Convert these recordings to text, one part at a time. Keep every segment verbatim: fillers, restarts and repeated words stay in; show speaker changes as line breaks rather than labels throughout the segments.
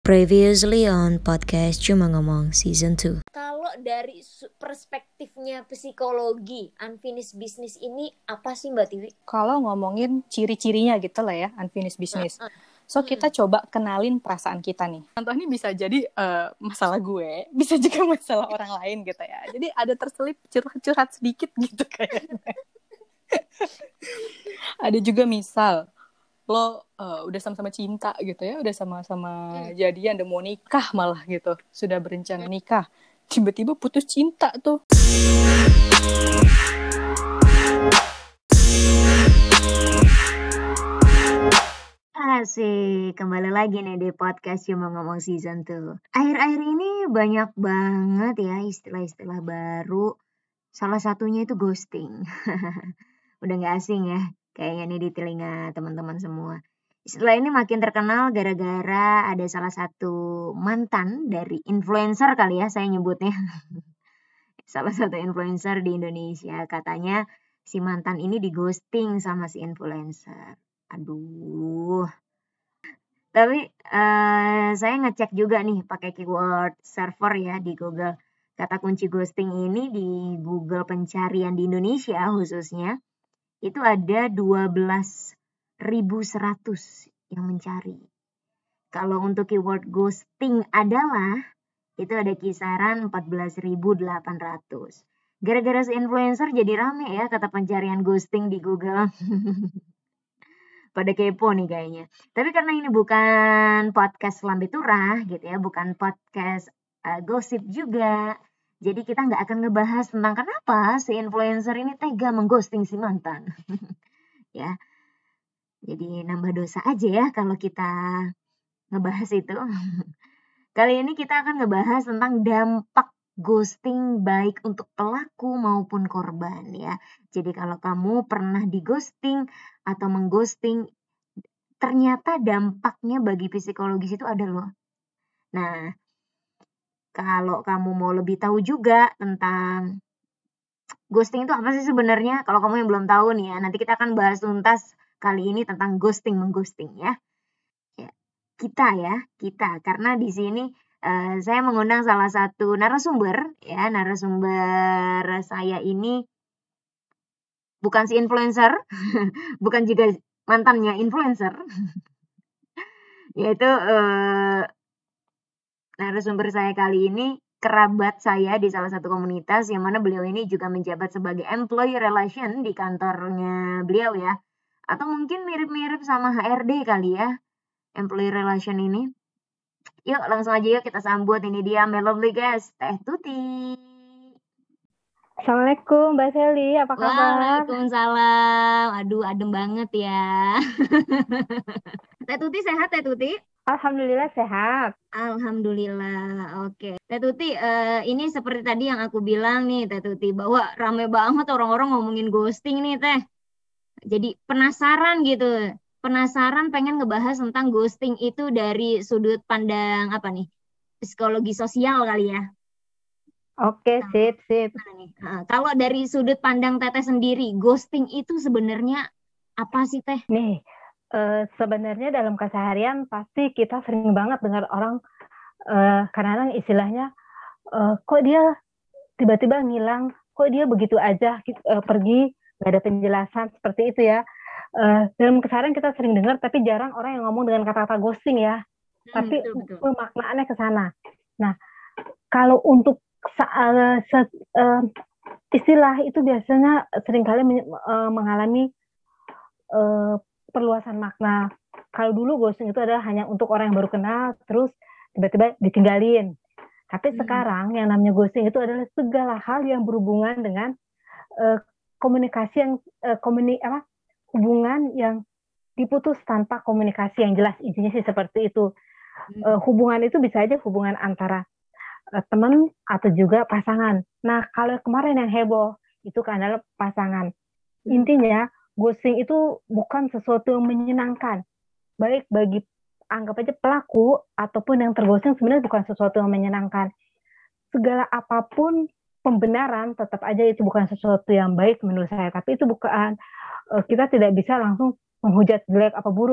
Previously on podcast Cuma Ngomong Season two.
Kalau dari perspektifnya psikologi, unfinished business ini apa sih Mbak Tiwi?
Kalau ngomongin ciri-cirinya gitu lah ya, unfinished business. So kita hmm. coba kenalin perasaan kita nih. Contohnya bisa jadi uh, masalah gue, bisa juga masalah orang lain gitu ya. Jadi ada terselip curhat-curhat sedikit gitu kayaknya. Ada juga misal lo uh, udah sama-sama cinta gitu ya, udah sama-sama hmm. jadian, udah mau nikah malah gitu, sudah berencana nikah, tiba-tiba putus cinta tuh.
Asik, kembali lagi nih di podcast Cuma Ngomong Season two. Akhir-akhir ini banyak banget ya istilah-istilah baru, salah satunya itu ghosting. Udah gak asing ya kayaknya nih di telinga teman-teman semua. Istilah ini makin terkenal gara-gara ada salah satu mantan dari influencer kali ya saya nyebutnya. Salah satu influencer di Indonesia. Katanya si mantan ini di-ghosting sama si influencer. Aduh. Tapi uh, saya ngecek juga nih pakai keyword server ya di Google. Kata kunci ghosting ini di Google pencarian di Indonesia khususnya. Itu ada dua belas ribu seratus yang mencari. Kalau untuk keyword ghosting adalah, itu ada kisaran empat belas ribu delapan ratus. Gara-gara si influencer jadi rame ya kata pencarian ghosting di Google. Pada kepo nih kayaknya. Tapi karena ini bukan podcast Lambe Turah gitu ya, bukan podcast uh, gosip juga. Jadi kita nggak akan ngebahas tentang kenapa si influencer ini tega mengghosting si mantan. Ya, jadi nambah dosa aja ya kalau kita ngebahas itu. Kali ini kita akan ngebahas tentang dampak ghosting baik untuk pelaku maupun korban ya. Jadi kalau kamu pernah di-ghosting atau mengghosting, ternyata dampaknya bagi psikologis itu ada loh. Nah, kalau kamu mau lebih tahu juga tentang ghosting itu apa sih sebenarnya? Kalau kamu yang belum tahu nih ya, nanti kita akan bahas tuntas kali ini tentang ghosting mengghosting ya. Ya, kita ya, kita karena di sini uh, saya mengundang salah satu narasumber ya, narasumber saya ini bukan si influencer, bukan juga mantannya influencer. Yaitu uh, narasumber saya kali ini kerabat saya di salah satu komunitas yang mana beliau ini juga menjabat sebagai employee relation di kantornya beliau ya. Atau mungkin mirip-mirip sama H R D kali ya, employee relation ini. Yuk langsung aja yuk kita sambut, ini dia my lovely guest, Teh Tuti.
Assalamualaikum Mbak Sally, apa kabar?
Waalaikumsalam, aduh adem banget ya. Teh Tuti sehat Teh Tuti?
Alhamdulillah sehat.
Alhamdulillah, oke. Teh Tuti, uh, ini seperti tadi yang aku bilang nih Teh Tuti, bahwa rame banget orang-orang ngomongin ghosting nih Teh. Jadi penasaran gitu, penasaran pengen ngebahas tentang ghosting itu dari sudut pandang apa nih? Psikologi sosial kali ya.
Oke, sip, sip.
Nah, kalau dari sudut pandang Teteh sendiri, ghosting itu sebenarnya apa sih Teh?
Nih, Uh, sebenarnya dalam keseharian pasti kita sering banget dengar orang uh, kadang-kadang istilahnya uh, kok dia tiba-tiba ngilang, kok dia begitu aja uh, pergi, nggak ada penjelasan seperti itu ya. Uh, dalam keseharian kita sering dengar, tapi jarang orang yang ngomong dengan kata-kata ghosting ya. Hmm, tapi pemaknaannya ke sana. Nah, kalau untuk uh, se- uh, istilah itu biasanya seringkali men- uh, mengalami uh, perluasan makna. Kalau dulu ghosting itu adalah hanya untuk orang yang baru kenal, terus tiba-tiba ditinggalin. Tapi hmm. sekarang yang namanya ghosting itu adalah segala hal yang berhubungan dengan uh, komunikasi yang uh, komuni apa hubungan yang diputus tanpa komunikasi yang jelas. Intinya sih seperti itu. Hmm. Uh, hubungan itu bisa aja hubungan antara uh, teman atau juga pasangan. Nah, kalau kemarin yang heboh itu kan adalah pasangan. Hmm. Intinya ghosting itu bukan sesuatu yang menyenangkan. Baik bagi anggap aja pelaku ataupun yang terghosting sebenarnya bukan sesuatu yang menyenangkan. Segala apapun pembenaran tetap aja itu bukan sesuatu yang baik menurut saya. Tapi itu bukan, kita tidak bisa langsung menghujat jelek apa buruk.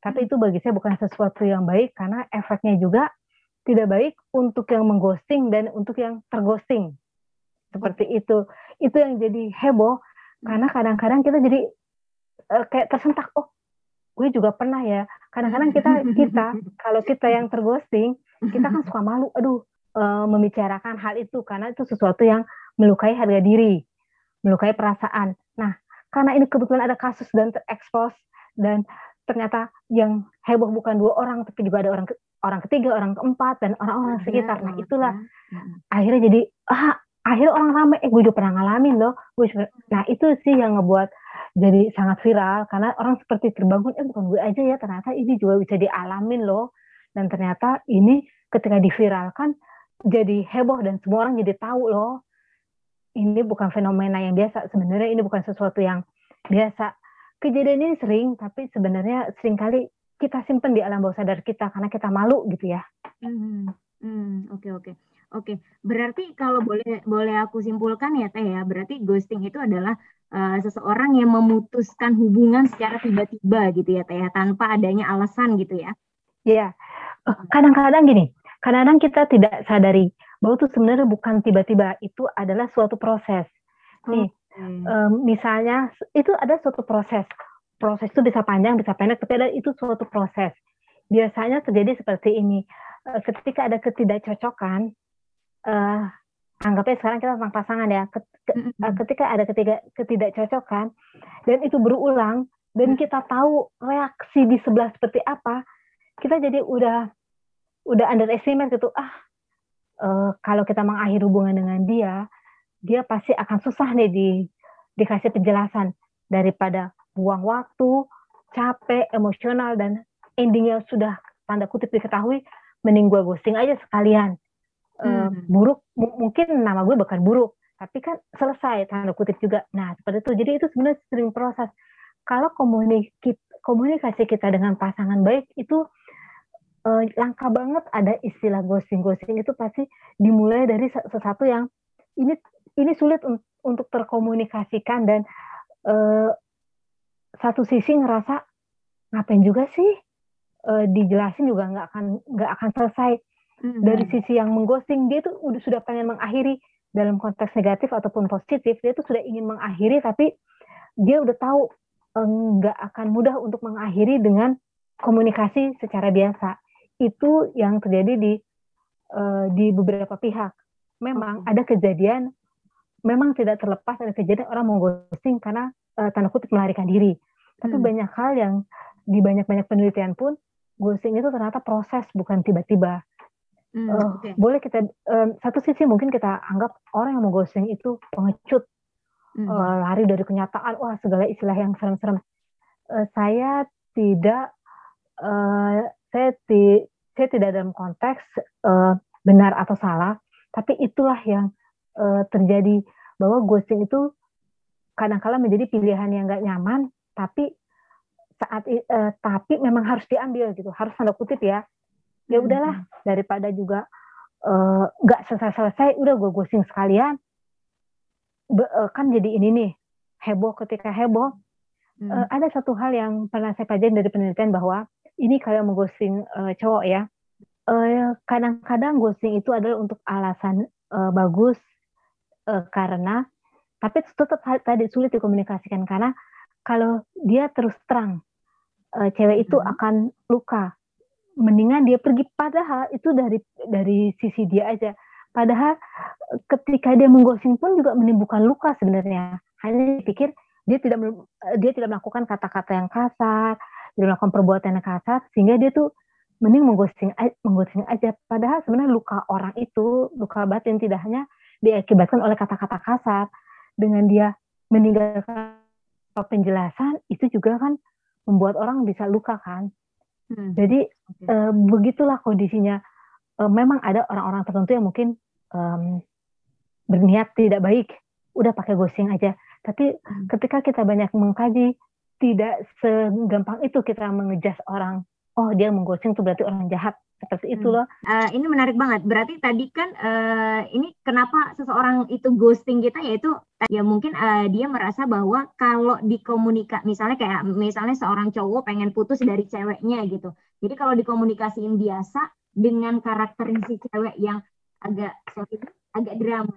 Tapi itu bagi saya bukan sesuatu yang baik karena efeknya juga tidak baik untuk yang mengghosting dan untuk yang terghosting. Seperti itu. Itu yang jadi heboh karena kadang-kadang kita jadi uh, kayak tersentak, oh gue juga pernah ya. Kadang-kadang kita kita kalau kita yang terghosting, kita kan suka malu, aduh uh, membicarakan hal itu karena itu sesuatu yang melukai harga diri, melukai perasaan. Nah, karena ini kebetulan ada kasus dan terekspos dan ternyata yang heboh bukan dua orang tapi juga ada orang orang ketiga, orang keempat dan orang-orang sekitar. Nah, itulah akhirnya jadi ah akhirnya orang ramai, eh gue juga pernah ngalamin loh. Gue juga, nah itu sih yang ngebuat jadi sangat viral karena orang seperti terbangun, eh bukan gue aja ya, ternyata ini juga bisa dialamin loh. Dan ternyata ini ketika diviralkan jadi heboh dan semua orang jadi tahu loh. Ini bukan fenomena yang biasa, sebenarnya ini bukan sesuatu yang biasa. Kejadian ini sering, tapi sebenarnya seringkali kita simpen di alam bawah sadar kita karena kita malu gitu ya.
Hmm, hmm, oke oke. Oke, berarti kalau boleh boleh aku simpulkan ya Teh ya, berarti ghosting itu adalah uh, seseorang yang memutuskan hubungan secara tiba-tiba gitu ya Teh ya, tanpa adanya alasan gitu ya.
Iya, kadang-kadang gini, kadang-kadang kita tidak sadari bahwa itu sebenarnya bukan tiba-tiba, itu adalah suatu proses. Nih, hmm. um, misalnya itu ada suatu proses, proses itu bisa panjang, bisa pendek, tapi ada itu suatu proses. Biasanya terjadi seperti ini, uh, ketika ada ketidakcocokan. Uh, anggapnya sekarang kita tentang pasangan ya, ketika ada ketiga, ketidakcocokan dan itu berulang dan kita tahu reaksi di sebelah seperti apa, kita jadi udah udah underestimate gitu, ah uh, kalau kita mengakhiri hubungan dengan dia, dia pasti akan susah nih di dikasih penjelasan daripada buang waktu, capek, emosional dan endingnya sudah tanda kutip diketahui, mending gue ghosting aja sekalian. Uh, hmm. buruk m- mungkin nama gue bukan buruk tapi kan selesai tanda kutip juga. Nah seperti itu, jadi itu sebenarnya sering proses. Kalau komunikasi komunikasi kita dengan pasangan baik itu uh, langka banget ada istilah ghosting. Ghosting itu pasti dimulai dari sesuatu yang ini ini sulit un- untuk terkomunikasikan dan uh, satu sisi ngerasa ngapain juga sih uh, dijelasin juga nggak akan nggak akan selesai. Dari sisi yang mengghosting, dia tuh udah sudah pengen mengakhiri dalam konteks negatif ataupun positif, dia tuh sudah ingin mengakhiri tapi dia udah tahu nggak akan mudah untuk mengakhiri dengan komunikasi secara biasa. Itu yang terjadi di uh, di beberapa pihak. Memang okay. ada kejadian, memang tidak terlepas ada kejadian orang mengghosting karena uh, tanda kutip melarikan diri. Tapi hmm. banyak hal yang di banyak-banyak penelitian pun ghosting itu ternyata proses bukan tiba-tiba. Hmm, uh, okay. Boleh kita um, satu sisi mungkin kita anggap orang yang mau ghosting itu pengecut, hmm. uh, lari dari kenyataan, wah segala istilah yang serem-serem. Uh, saya tidak, uh, saya, ti, saya tidak dalam konteks uh, benar atau salah, tapi itulah yang uh, terjadi bahwa ghosting itu kadang-kala menjadi pilihan yang nggak nyaman, tapi saat uh, tapi memang harus diambil gitu, harus tanda kutip ya. Ya udahlah, daripada juga nggak uh, selesai-selesai, udah gue ghosting sekalian. Be, uh, kan jadi ini nih, heboh ketika heboh. Hmm. Uh, ada satu hal yang pernah saya pelajari dari penelitian bahwa ini kalau mau ghosting uh, cowok ya, uh, kadang-kadang ghosting itu adalah untuk alasan uh, bagus, uh, karena, tapi tetap tadi sulit dikomunikasikan karena kalau dia terus terang, uh, cewek itu hmm. akan luka. Mendingan dia pergi, padahal itu dari dari sisi dia aja. Padahal ketika dia mengghosting pun juga menimbulkan luka sebenarnya. Hanya dipikir dia tidak dia tidak melakukan kata-kata yang kasar, tidak melakukan perbuatan yang kasar, sehingga dia tuh mending mengghosting mengghosting aja. Padahal sebenarnya luka orang itu, luka batin tidak hanya diakibatkan oleh kata-kata kasar. Dengan dia meninggalkan penjelasan, itu juga kan membuat orang bisa luka kan. Hmm. Jadi okay. uh, begitulah kondisinya. Uh, memang ada orang-orang tertentu yang mungkin um, berniat tidak baik, udah pakai ghosting aja. Tapi hmm. ketika kita banyak mengkaji, tidak segampang itu kita mengejas orang oh dia mengghosting tuh berarti orang jahat. Seperti itu
Hmm.
loh.
Uh, ini menarik banget. Berarti tadi kan uh, ini kenapa seseorang itu ghosting kita, yaitu ya mungkin uh, dia merasa bahwa kalau dikomunika, misalnya kayak misalnya seorang cowok pengen putus dari ceweknya gitu. Jadi kalau dikomunikasiin biasa dengan karakteristik cewek yang agak sorry, agak drama,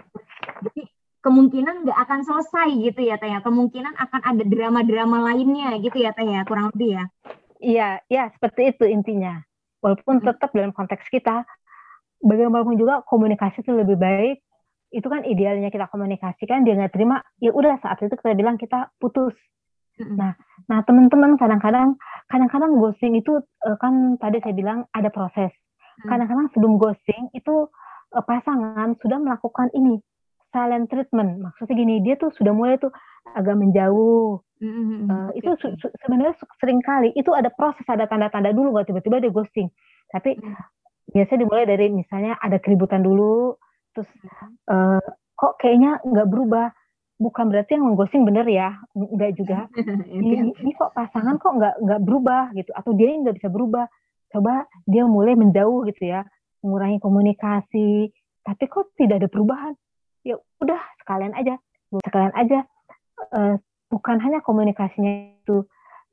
jadi kemungkinan nggak akan selesai gitu ya Teh ya. Kemungkinan akan ada drama-drama lainnya gitu ya Teh ya, kurang lebih ya.
Iya, ya seperti itu intinya. Walaupun tetap dalam konteks kita, bagaimanapun juga komunikasi itu lebih baik. Itu kan idealnya kita komunikasikan, dia nggak terima, ya udah saat itu kita bilang kita putus. Nah, nah teman-teman kadang-kadang, kadang-kadang ghosting itu kan tadi saya bilang ada proses. Kadang-kadang sebelum ghosting itu pasangan sudah melakukan ini silent treatment. Maksudnya gini, dia tuh sudah mulai tuh agak menjauh. Mm-hmm. Uh, okay. Itu su- su- sebenarnya sering kali itu ada proses, ada tanda-tanda dulu, nggak tiba-tiba dia ghosting. Tapi mm. biasanya dimulai dari misalnya ada keributan dulu, terus uh, kok kayaknya nggak berubah. Bukan berarti yang mengghosting bener ya, nggak juga. ini, ini kok pasangan kok nggak nggak berubah gitu, atau dia nggak bisa berubah. Coba dia mulai menjauh gitu ya, mengurangi komunikasi, tapi kok tidak ada perubahan. Ya udah sekalian aja, sekalian aja. Uh, bukan hanya komunikasinya itu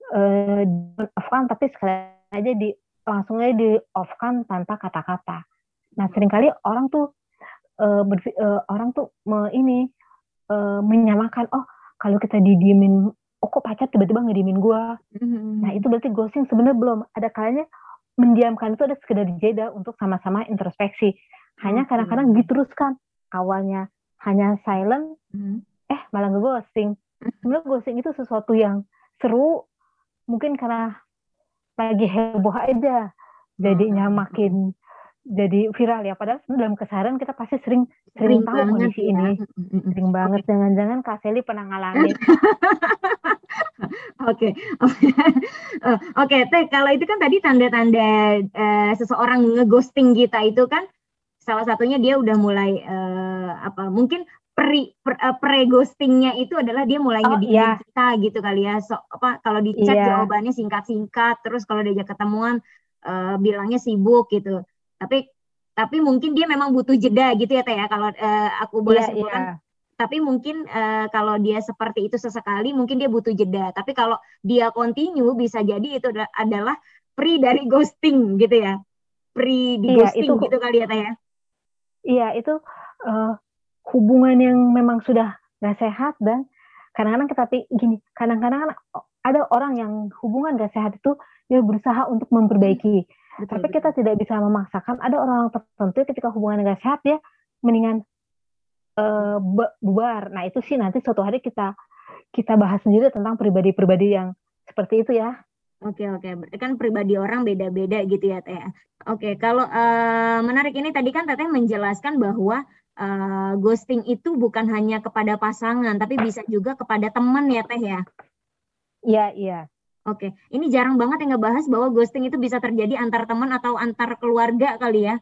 uh, di off-kan, tapi sekalian aja di langsung aja di off-kan tanpa kata-kata. Nah seringkali orang tuh uh, berfi- uh, orang tuh me, ini uh, menyamakan, oh kalau kita didiemin, oh kok pacar tiba-tiba ngediemin gua. Mm-hmm. Nah itu berarti ghosting. Sebenarnya belum. Ada kalanya mendiamkan itu ada sekedar jeda untuk sama-sama introspeksi. Hanya okay. kadang-kadang diteruskan. Awalnya hanya silent, mm-hmm. eh malah nge-ghosting. Sebenarnya ghosting itu sesuatu yang seru, mungkin karena lagi heboh aja, jadinya makin jadi viral ya. Padahal dalam keseharian kita pasti sering sering, sering tahu kondisi ya. Ini, sering banget. Okay. Jangan-jangan Kak Sally pernah ngalamin.
Oke, oke. Teh, kalau itu kan tadi tanda-tanda uh, seseorang ngeghosting kita itu kan salah satunya dia udah mulai uh, apa? Mungkin pre pre, uh, pre ghostingnya itu adalah dia mulai oh, ngediemin yeah. kita gitu kali ya. So, apa kalau di chat yeah. jawabannya singkat-singkat, terus kalau diajak ketemuan uh, bilangnya sibuk gitu. Tapi tapi mungkin dia memang butuh jeda gitu ya Teh ya, kalau uh, aku boleh yeah, simpulkan. Yeah. Tapi mungkin uh, kalau dia seperti itu sesekali mungkin dia butuh jeda. Tapi kalau dia continue bisa jadi itu adalah pre dari ghosting gitu ya. Pre di yeah, ghosting itu, gitu kali ya Teh ya.
Iya, itu uh, hubungan yang memang sudah gak sehat. Dan kadang-kadang tapi gini, kadang-kadang ada orang yang hubungan gak sehat itu dia berusaha untuk memperbaiki. Betul, tapi betul. Kita tidak bisa memaksakan. Ada orang tertentu ketika hubungan gak sehat dia mendingan uh, bubar. Nah itu sih nanti suatu hari kita kita bahas sendiri tentang pribadi-pribadi yang seperti itu ya.
Oke oke, kan pribadi orang beda-beda gitu ya Teh. Oke, kalau uh, menarik ini tadi kan Teteh menjelaskan bahwa uh, ghosting itu bukan hanya kepada pasangan, tapi bisa juga kepada teman ya Teh ya.
Iya iya.
Oke, ini jarang banget yang ngebahas bahwa ghosting itu bisa terjadi antar teman atau antar keluarga kali ya.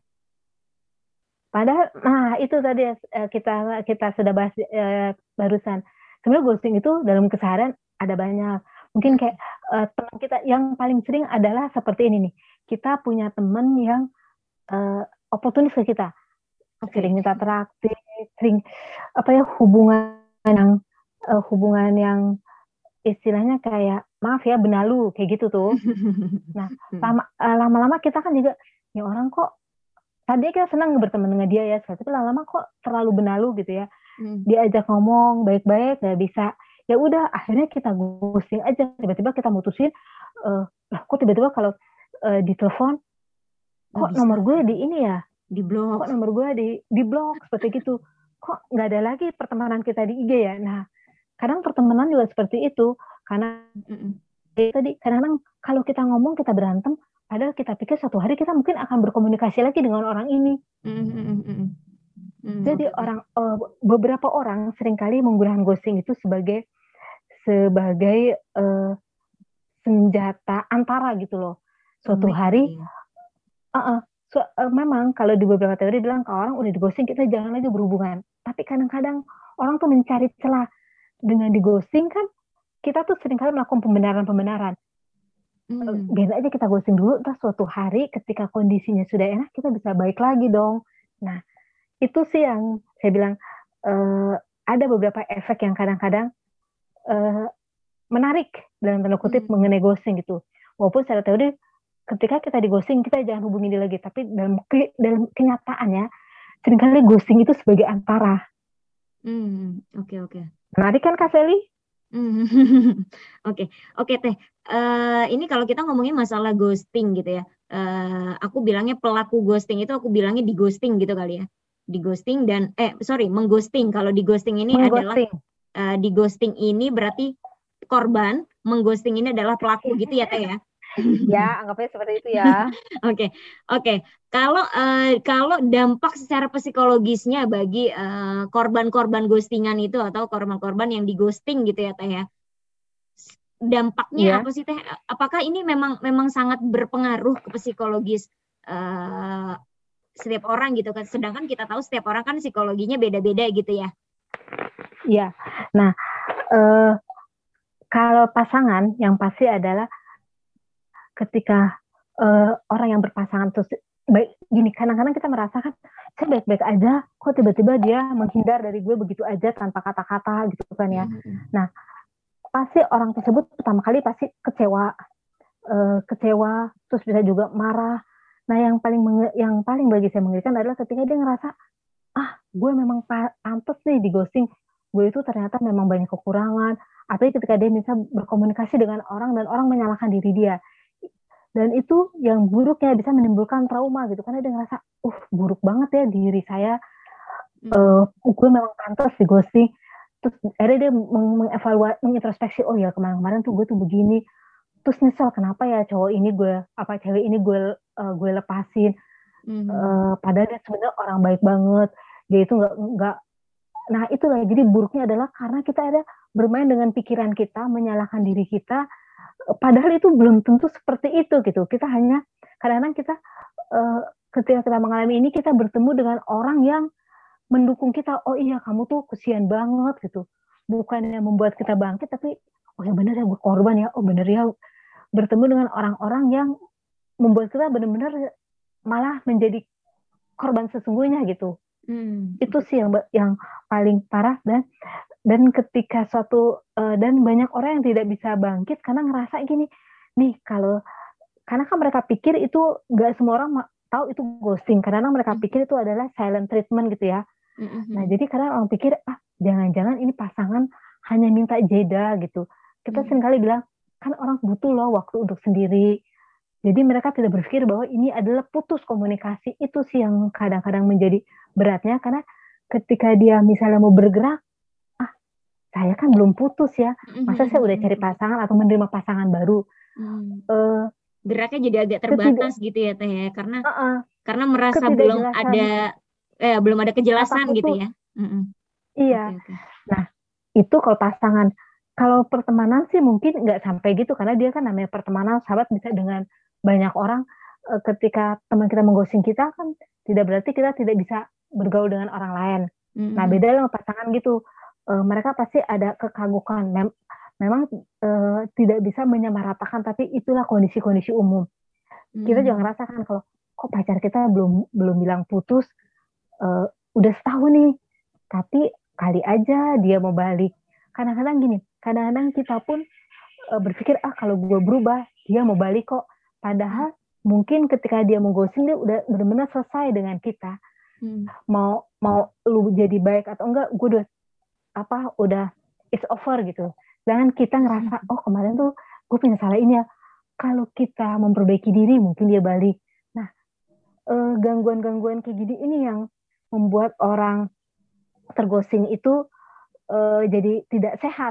Padahal, nah itu tadi uh, kita kita sudah bahas uh, barusan. Sebenarnya ghosting itu dalam keseharian ada banyak. Mungkin kayak uh, teman kita yang paling sering adalah seperti ini nih. Kita punya teman yang uh, oportunis ke kita. Okay. Sering minta traktir, sering apa ya hubungan yang uh, hubungan yang istilahnya kayak maaf ya benalu kayak gitu tuh. Nah, lama, uh, lama-lama kita kan juga ya orang kok tadi kita senang berteman dengan dia ya, tapi lama-lama kok terlalu benalu gitu ya. Hmm. Diajak ngomong baik-baik nggak bisa. Ya udah akhirnya kita ghosting aja, tiba-tiba kita mutusin uh, lah kok tiba-tiba kalau uh, ditelepon kok bisa. Nomor gue di ini ya
di blok,
kok nomor gue di di blok seperti gitu, kok nggak ada lagi pertemanan kita di I G ya. Nah kadang pertemanan juga seperti itu karena ya, tadi kadang-kadang kalau kita ngomong kita berantem padahal kita pikir satu hari kita mungkin akan berkomunikasi lagi dengan orang ini. Mm-hmm. Mm-hmm. Jadi orang uh, beberapa orang seringkali menggunakan ghosting itu sebagai sebagai uh, senjata antara gitu loh. Suatu hari, uh, uh, so, uh, memang kalau di beberapa teori bilang kalau orang udah di ghosting kita jangan lagi berhubungan. Tapi kadang-kadang orang tuh mencari celah dengan di ghosting kan kita tuh seringkali melakukan pembenaran-pembenaran.
Hmm.
biar aja kita ghosting dulu, terus suatu hari ketika kondisinya sudah enak kita bisa baik lagi dong. Nah itu sih yang saya bilang, uh, ada beberapa efek yang kadang-kadang uh, menarik dalam tanda kutip
Hmm.
mengenai ghosting gitu. Walaupun secara teori ketika kita di ghosting kita jangan hubungi dia lagi, tapi dalam ke, dalam kenyataannya seringkali ghosting itu sebagai antara.
Hmm. Oke oke.
Menarik kan Kak Sally?
Hmm. Oke oke Teh. Eh, ini kalau kita ngomongin masalah ghosting gitu ya. Eh, aku bilangnya pelaku ghosting itu aku bilangnya di ghosting gitu kali ya. Di ghosting dan eh sorry mengghosting. Kalau di ghosting ini adalah
Mengghosting.
eh, di ghosting ini berarti korban, mengghosting ini adalah pelaku gitu ya Teh ya.
Ya, anggapnya seperti itu ya.
Oke, oke. Kalau eh, kalau dampak secara psikologisnya bagi eh, korban-korban ghostingan itu atau korban-korban yang di ghosting gitu ya Teh ya. S- Dampaknya
Iya.
apa sih Teh? Apakah ini memang memang sangat berpengaruh ke psikologis eh, setiap orang gitu kan? Sedangkan kita tahu setiap orang kan psikologinya beda-beda gitu ya.
Iya. Nah, eh, kalau pasangan yang pasti adalah ketika eh, orang yang berpasangan terus baik gini, kadang-kadang kita merasakan saya baik-baik aja, kok tiba-tiba dia menghindar dari gue begitu aja tanpa kata-kata gitu kan ya.
Mm-hmm.
Nah, pasti orang tersebut pertama kali pasti kecewa, eh, kecewa, terus bisa juga marah. Nah, yang paling menge- yang paling bagi saya mengerikan adalah ketika dia ngerasa ah, gue memang pa- pantas nih di ghosting. Gue itu ternyata memang banyak kekurangan. Apalagi ketika dia bisa berkomunikasi dengan orang dan orang menyalahkan diri dia. Dan itu yang buruknya bisa menimbulkan trauma gitu. Karena dia ngerasa, uh buruk banget ya diri saya. Uh, gue memang pantas di ghosting. Terus akhirnya dia mengevaluasi, mengintrospeksi, oh ya kemarin-kemarin tuh gue tuh begini. Terus nyesel kenapa ya cowok ini gue, apa cewek ini gue uh, gue lepasin.
Mm-hmm.
Uh, padahal dia sebenarnya orang baik banget. Dia itu nggak nggak. Nah itulah jadi buruknya adalah karena kita ada bermain dengan pikiran kita, menyalahkan diri kita. Padahal itu belum tentu seperti itu gitu. Kita hanya kadang-kadang kita uh, ketika kita mengalami ini kita bertemu dengan orang yang mendukung kita. Oh iya kamu tuh kesian banget gitu. Bukan yang membuat kita bangkit tapi oh ya benar ya gue korban ya. Oh benar ya bertemu dengan orang-orang yang membuat kita benar-benar malah menjadi korban sesungguhnya gitu. Hmm. Itu sih yang yang paling parah. Dan dan ketika suatu uh, dan banyak orang yang tidak bisa bangkit karena ngerasa gini nih, kalau karena kan mereka pikir itu nggak semua orang tahu itu ghosting, karena mereka pikir itu adalah silent treatment gitu ya. Mm-hmm. Nah jadi karena orang pikir ah jangan-jangan ini pasangan hanya minta jeda gitu. Kita mm-hmm. seringkali bilang kan orang butuh loh waktu untuk sendiri. Jadi mereka tidak berpikir bahwa ini adalah putus komunikasi. Itu sih yang kadang-kadang menjadi beratnya, karena ketika dia misalnya mau bergerak, ah saya kan belum putus ya, masa saya udah cari pasangan atau menerima pasangan baru. Hmm. Uh,
Geraknya jadi agak terbatas ketidak, gitu ya Teh ya, karena uh-uh, karena merasa belum ada eh belum ada kejelasan gitu ya. Uh-uh.
Iya. Okay, okay. Nah itu kalau pasangan. Kalau pertemanan sih mungkin nggak sampai gitu, karena dia kan namanya pertemanan, sahabat bisa dengan banyak orang. Ketika teman kita mengghosting kita kan tidak berarti kita tidak bisa bergaul dengan orang lain. Mm-hmm. Nah beda dengan pasangan gitu, e, mereka pasti ada kekagukan. Mem- memang e, tidak bisa menyamaratakan, tapi itulah kondisi-kondisi umum. Mm-hmm. Kita jangan rasakan kalau kok pacar kita belum belum bilang putus, e, udah setahun nih, tapi kali aja dia mau balik. Kadang-kadang gini, kadang-kadang kita pun e, berpikir ah kalau gue berubah dia mau balik kok. Padahal hmm. mungkin ketika dia mau ghosting dia udah benar-benar selesai dengan kita. Hmm. Mau mau lu jadi baik atau enggak, gue udah apa udah it's over gitu. Jangan kita ngerasa oh kemarin tuh gue punya salah ini ya. Kalau kita memperbaiki diri mungkin dia balik. Nah e, gangguan-gangguan kayak gini ini yang membuat orang terghosting itu e, jadi tidak sehat.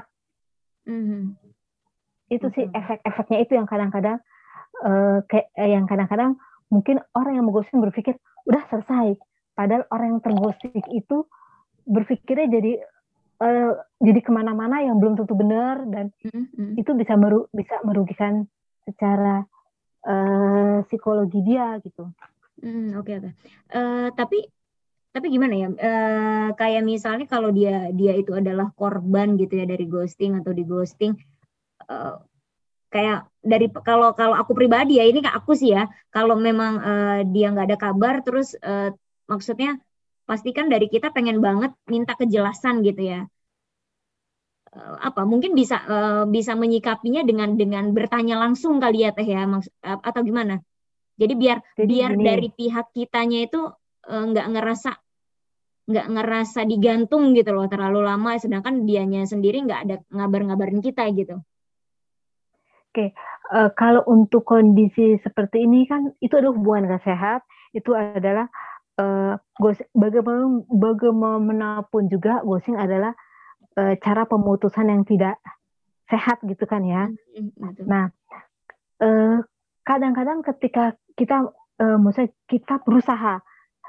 Hmm. Itu sih efek-efeknya itu yang kadang-kadang uh, kayak uh, yang kadang-kadang mungkin orang yang mengghosting berpikir udah selesai, padahal orang yang terghosting itu berpikirnya jadi uh, jadi kemana-mana yang belum tentu benar, dan mm-hmm. itu bisa meru- bisa merugikan secara uh, psikologi dia gitu.
Hmm, oke okay, oke. Okay. Uh, tapi tapi gimana ya? Uh, kayak misalnya kalau dia dia itu adalah korban gitu ya dari ghosting atau di ghosting. Uh, kayak dari kalau kalau aku pribadi ya, ini aku sih ya, kalau memang uh, dia nggak ada kabar terus uh, maksudnya pastikan dari kita pengen banget minta kejelasan gitu ya. Uh, apa mungkin bisa uh, bisa menyikapinya dengan dengan bertanya langsung kali ya Teh ya, maks- atau gimana? Jadi biar
Jadi
biar
gini,
dari pihak kitanya itu uh, nggak ngerasa nggak ngerasa digantung gitu loh terlalu lama, sedangkan dianya sendiri nggak ada ngabar-ngabarin kita gitu.
Oke, uh, kalau untuk kondisi seperti ini kan itu adalah hubungan gak sehat, itu adalah uh, gos- bagaimana bagaimanapun juga ghosting adalah uh, cara pemutusan yang tidak sehat gitu kan ya.
Mm-hmm.
Nah, uh, kadang-kadang ketika kita, uh, maksudnya kita berusaha,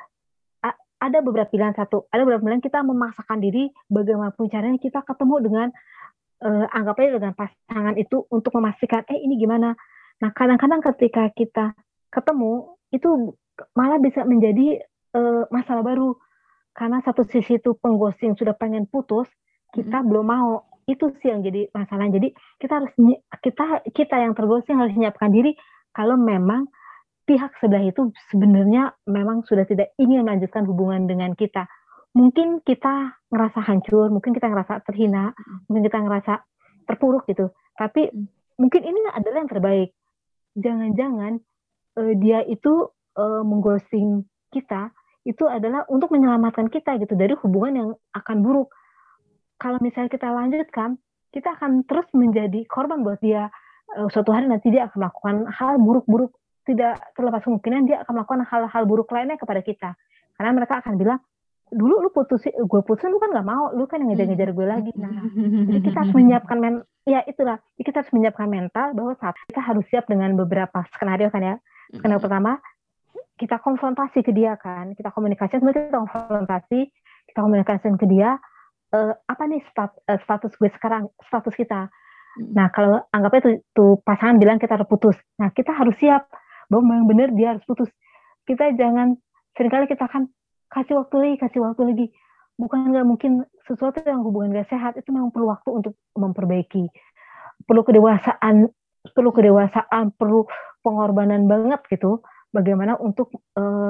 a- ada beberapa pilihan satu, ada beberapa pilihan kita memaksakan diri bagaimanapun caranya kita ketemu dengan uh, anggap aja dengan pasangan itu untuk memastikan eh ini gimana. Nah kadang-kadang ketika kita ketemu itu malah bisa menjadi uh, masalah baru karena satu sisi itu pengghosting sudah pengen putus, kita mm-hmm. belum mau, itu sih yang jadi masalah. Jadi kita harus kita kita yang terghosting harus menyiapkan diri kalau memang pihak sebelah itu sebenarnya memang sudah tidak ingin melanjutkan hubungan dengan kita. Mungkin kita ngerasa hancur, mungkin kita ngerasa terhina, mungkin kita ngerasa terpuruk gitu. Tapi mungkin ini adalah yang terbaik. Jangan-jangan uh, dia itu uh, mengghosting kita, itu adalah untuk menyelamatkan kita gitu dari hubungan yang akan buruk. Kalau misalnya kita lanjutkan, kita akan terus menjadi korban buat dia. Uh, suatu hari nanti dia akan melakukan hal buruk-buruk, tidak terlepas kemungkinan dia akan melakukan hal-hal buruk lainnya kepada kita. Karena mereka akan bilang, dulu lu putusin, gue putusin lu kan gak mau, lu kan yang ngejar-ngejar gue lagi. Nah, jadi kita harus menyiapkan men, ya itulah, kita harus menyiapkan mental bahwa saat kita harus siap dengan beberapa skenario kan ya. Skenario pertama, kita konfrontasi ke dia kan, kita komunikasi, sebenarnya kita konfrontasi, kita komunikasikan ke dia, uh, apa nih stat, uh, status gue sekarang, status kita. Nah, kalau anggapnya tuh, tuh pasangan bilang kita harus putus, nah kita harus siap bahwa memang benar dia harus putus. Kita jangan, seringkali kita kan kasih waktu lagi, kasih waktu lagi. Bukan nggak mungkin sesuatu yang hubungan gak sehat itu memang perlu waktu untuk memperbaiki. Perlu kedewasaan, perlu kedewasaan, perlu pengorbanan banget gitu. Bagaimana untuk uh,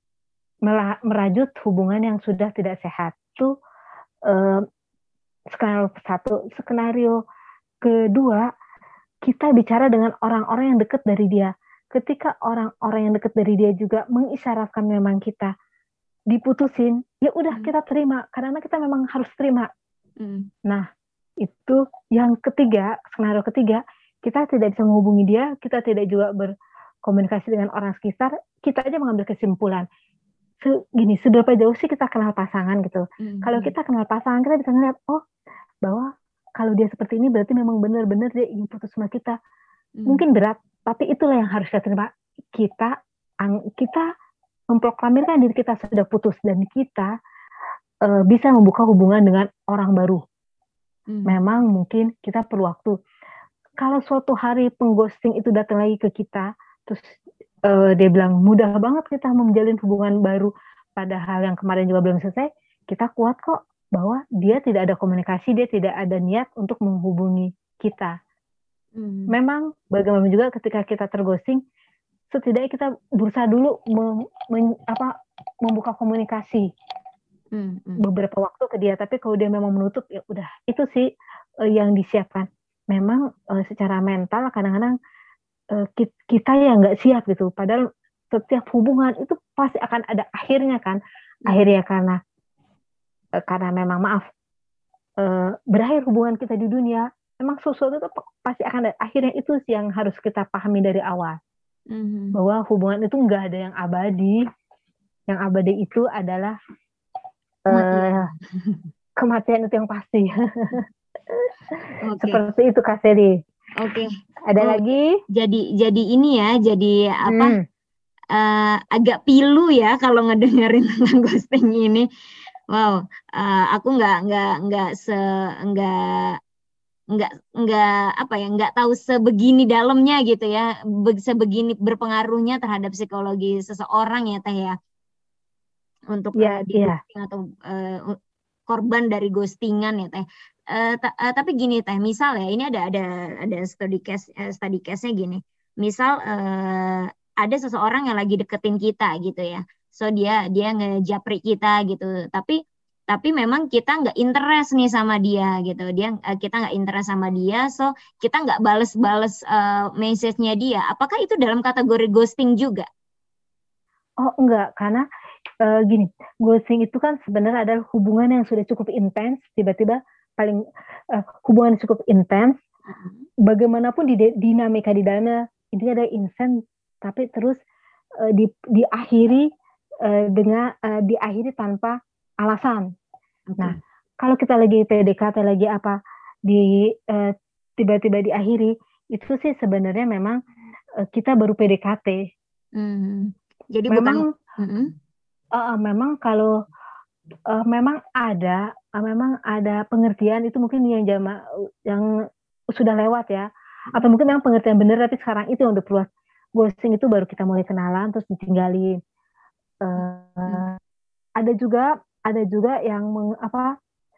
merajut hubungan yang sudah tidak sehat. Itu uh, skenario satu. Skenario kedua, kita bicara dengan orang-orang yang dekat dari dia. Ketika orang-orang yang dekat dari dia juga mengisyaratkan memang kita diputusin, ya udah hmm. kita terima karena kita memang harus terima. Hmm. Nah, itu yang ketiga, skenario ketiga, kita tidak bisa menghubungi dia, kita tidak juga berkomunikasi dengan orang sekitar, kita aja mengambil kesimpulan. Se- gini, seberapa jauh sih kita kenal pasangan gitu. Hmm. Kalau kita kenal pasangan, kita bisa ngeliat, oh, bahwa kalau dia seperti ini berarti memang benar-benar dia ingin putus sama kita. Hmm. Mungkin berat, tapi itulah yang harus kita terima. Kita kita memproklamirkan diri kita sudah putus dan kita uh, bisa membuka hubungan dengan orang baru. Hmm. Memang mungkin kita perlu waktu. Kalau suatu hari pengghosting itu datang lagi ke kita, terus uh, dia bilang mudah banget kita menjalin hubungan baru, padahal yang kemarin juga belum selesai, kita kuat kok bahwa dia tidak ada komunikasi, dia tidak ada niat untuk menghubungi kita. Hmm. Memang bagaimana juga ketika kita terghosting, setidaknya kita berusaha dulu mem, men, apa, membuka komunikasi hmm, hmm. beberapa waktu ke dia. Tapi kalau dia memang menutup, ya udah itu sih uh, yang disiapkan. Memang uh, secara mental kadang-kadang uh, kita yang nggak siap gitu. Padahal setiap hubungan itu pasti akan ada akhirnya kan. Hmm. Akhirnya karena uh, karena memang maaf uh, berakhir hubungan kita di dunia. Memang sesuatu itu pasti akan ada akhirnya, itu sih yang harus kita pahami dari awal. Mm-hmm. Bahwa hubungan itu nggak ada yang abadi. Yang abadi itu adalah uh, kematian itu yang pasti. Okay. Seperti itu Kak Seri. Oke. Okay. Ada oh, lagi?
Jadi jadi ini ya, jadi apa? Hmm. Uh, agak pilu ya kalau ngedengerin tentang ghosting ini. Wow, uh, aku nggak nggak nggak se nggak nggak nggak apa ya nggak tahu sebegini dalamnya gitu ya, be, sebegini berpengaruhnya terhadap psikologi seseorang ya Teh ya, untuk
ya,
uh, di
ya.
atau uh, korban dari ghostingan ya Teh. Uh, ta- uh, tapi gini Teh, misal ya ini ada ada ada study case uh, study case-nya gini. Misal uh, ada seseorang yang lagi deketin kita gitu ya. So dia dia ngejapri kita gitu. Tapi tapi memang kita nggak interest nih sama dia gitu. Dia uh, kita nggak interest sama dia. So kita nggak bales-bales uh, message-nya dia. Apakah itu dalam kategori ghosting juga?
Oh enggak, karena uh, gini, ghosting itu kan sebenarnya adalah hubungan yang sudah cukup intens, tiba-tiba paling uh, hubungan yang cukup intens, uh-huh. Bagaimanapun di dinamika di dalamnya ini ada intens, tapi terus uh, di diakhiri uh, dengan uh, diakhiri tanpa alasan. Okay. Nah, kalau kita lagi P D K T lagi apa di uh, tiba-tiba diakhiri, itu sih sebenarnya memang uh, kita baru P D K T.
Hmm. Jadi
memang,
bukan. Uh-huh.
uh, memang kalau uh, memang ada, uh, memang ada pengertian itu mungkin yang jama, yang sudah lewat ya, atau mungkin memang pengertian benar tapi sekarang itu yang udah perlu. Ghosting itu baru kita mulai kenalan terus ditinggalin. Uh, hmm. Ada juga, ada juga yang meng, apa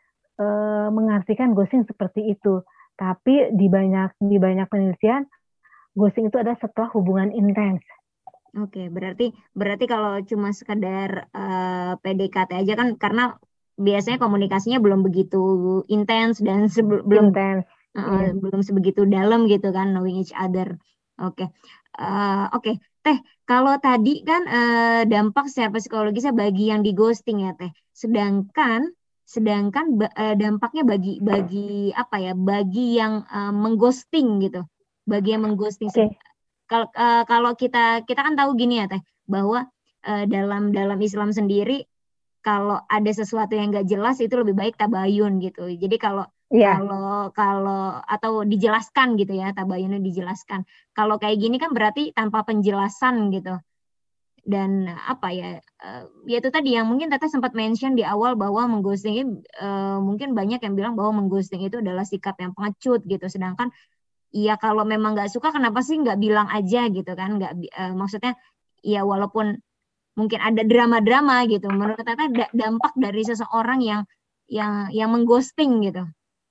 uh, mengartikan ghosting seperti itu. Tapi di banyak di banyak penelitian, ghosting itu ada setelah hubungan intens.
Oke, berarti berarti kalau cuma sekedar uh, P D K T aja kan karena biasanya komunikasinya belum begitu intens dan sebe- belum
intens,
uh, yeah. belum sebegitu dalam gitu kan, knowing each other. Oke, uh, oke, Teh. Kalau tadi kan uh, dampak secara psikologisnya bagi yang di ghosting ya Teh. Sedangkan sedangkan uh, dampaknya bagi bagi apa ya? Bagi yang uh, mengghosting gitu, bagi yang mengghosting.
Okay.
Kalau uh, kalau kita kita kan tahu gini ya Teh, bahwa uh, dalam dalam Islam sendiri kalau ada sesuatu yang nggak jelas itu lebih baik tabayun gitu. Jadi kalau yeah. kalau kalau atau dijelaskan gitu ya, tabayunnya dijelaskan. Kalau kayak gini kan berarti tanpa penjelasan gitu. Dan apa ya? Uh, ya itu tadi yang mungkin Teteh sempat mention di awal bahwa mengghosting ini uh, mungkin banyak yang bilang bahwa mengghosting itu adalah sikap yang pengecut gitu. Sedangkan iya kalau memang nggak suka kenapa sih nggak bilang aja gitu kan, nggak uh, maksudnya ya walaupun mungkin ada drama-drama gitu, menurut Teteh dampak dari seseorang yang yang yang mengghosting gitu.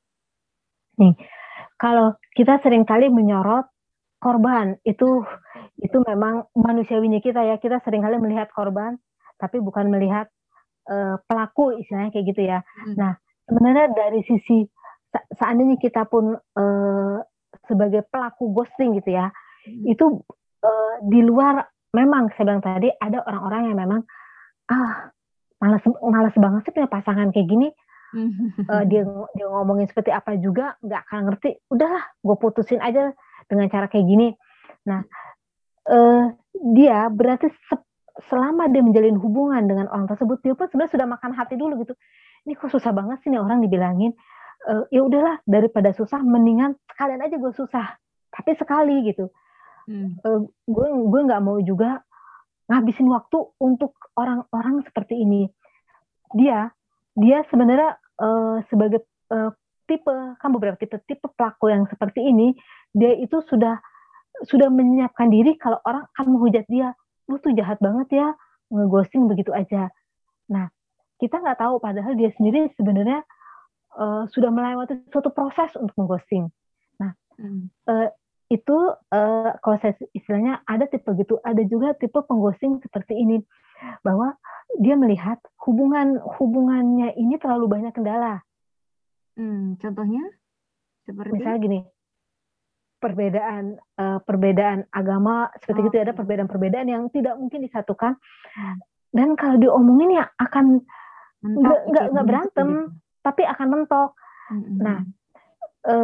Nih, kalau kita seringkali menyorot korban itu itu memang manusiawinya kita ya, kita seringkali melihat korban tapi bukan melihat uh, pelaku istilahnya kayak gitu ya. Hmm. Nah sebenarnya dari sisi seandainya kita pun uh, sebagai pelaku ghosting gitu ya, hmm. itu uh, di luar memang saya bilang tadi ada orang-orang yang memang ah malas malas banget sih punya pasangan kayak gini, hmm. uh, dia dia ngomongin seperti apa juga nggak akan ngerti, udahlah gue putusin aja dengan cara kayak gini. Nah uh, dia berarti se- selama dia menjalin hubungan dengan orang tersebut dia pun sebenarnya sudah makan hati dulu gitu, ini kok susah banget sih nih orang dibilangin. Uh, ya udahlah daripada susah mendingan sekalian aja gue susah tapi sekali gitu. hmm. uh, gue gue nggak mau juga ngabisin waktu untuk orang-orang seperti ini. Dia dia sebenarnya uh, sebagai uh, tipe kan beberapa tipe tipe pelaku yang seperti ini, dia itu sudah sudah menyiapkan diri kalau orang akan menghujat dia, lu tuh jahat banget ya ngeghosting begitu aja. Nah kita nggak tahu padahal dia sendiri sebenarnya Uh, sudah melewati suatu proses untuk mengghosting. Nah, hmm. uh, itu uh, kalau saya istilahnya ada tipe gitu, ada juga tipe pengghosting seperti ini, bahwa dia melihat hubungan hubungannya ini terlalu banyak kendala.
Hmm, contohnya seperti
misalnya gini, perbedaan uh, perbedaan agama seperti oh, itu, ada perbedaan-perbedaan yang tidak mungkin disatukan, hmm. dan kalau diomongin ya akan nggak nggak berantem. Gitu. Tapi akan mentok. Mm-hmm. Nah, e,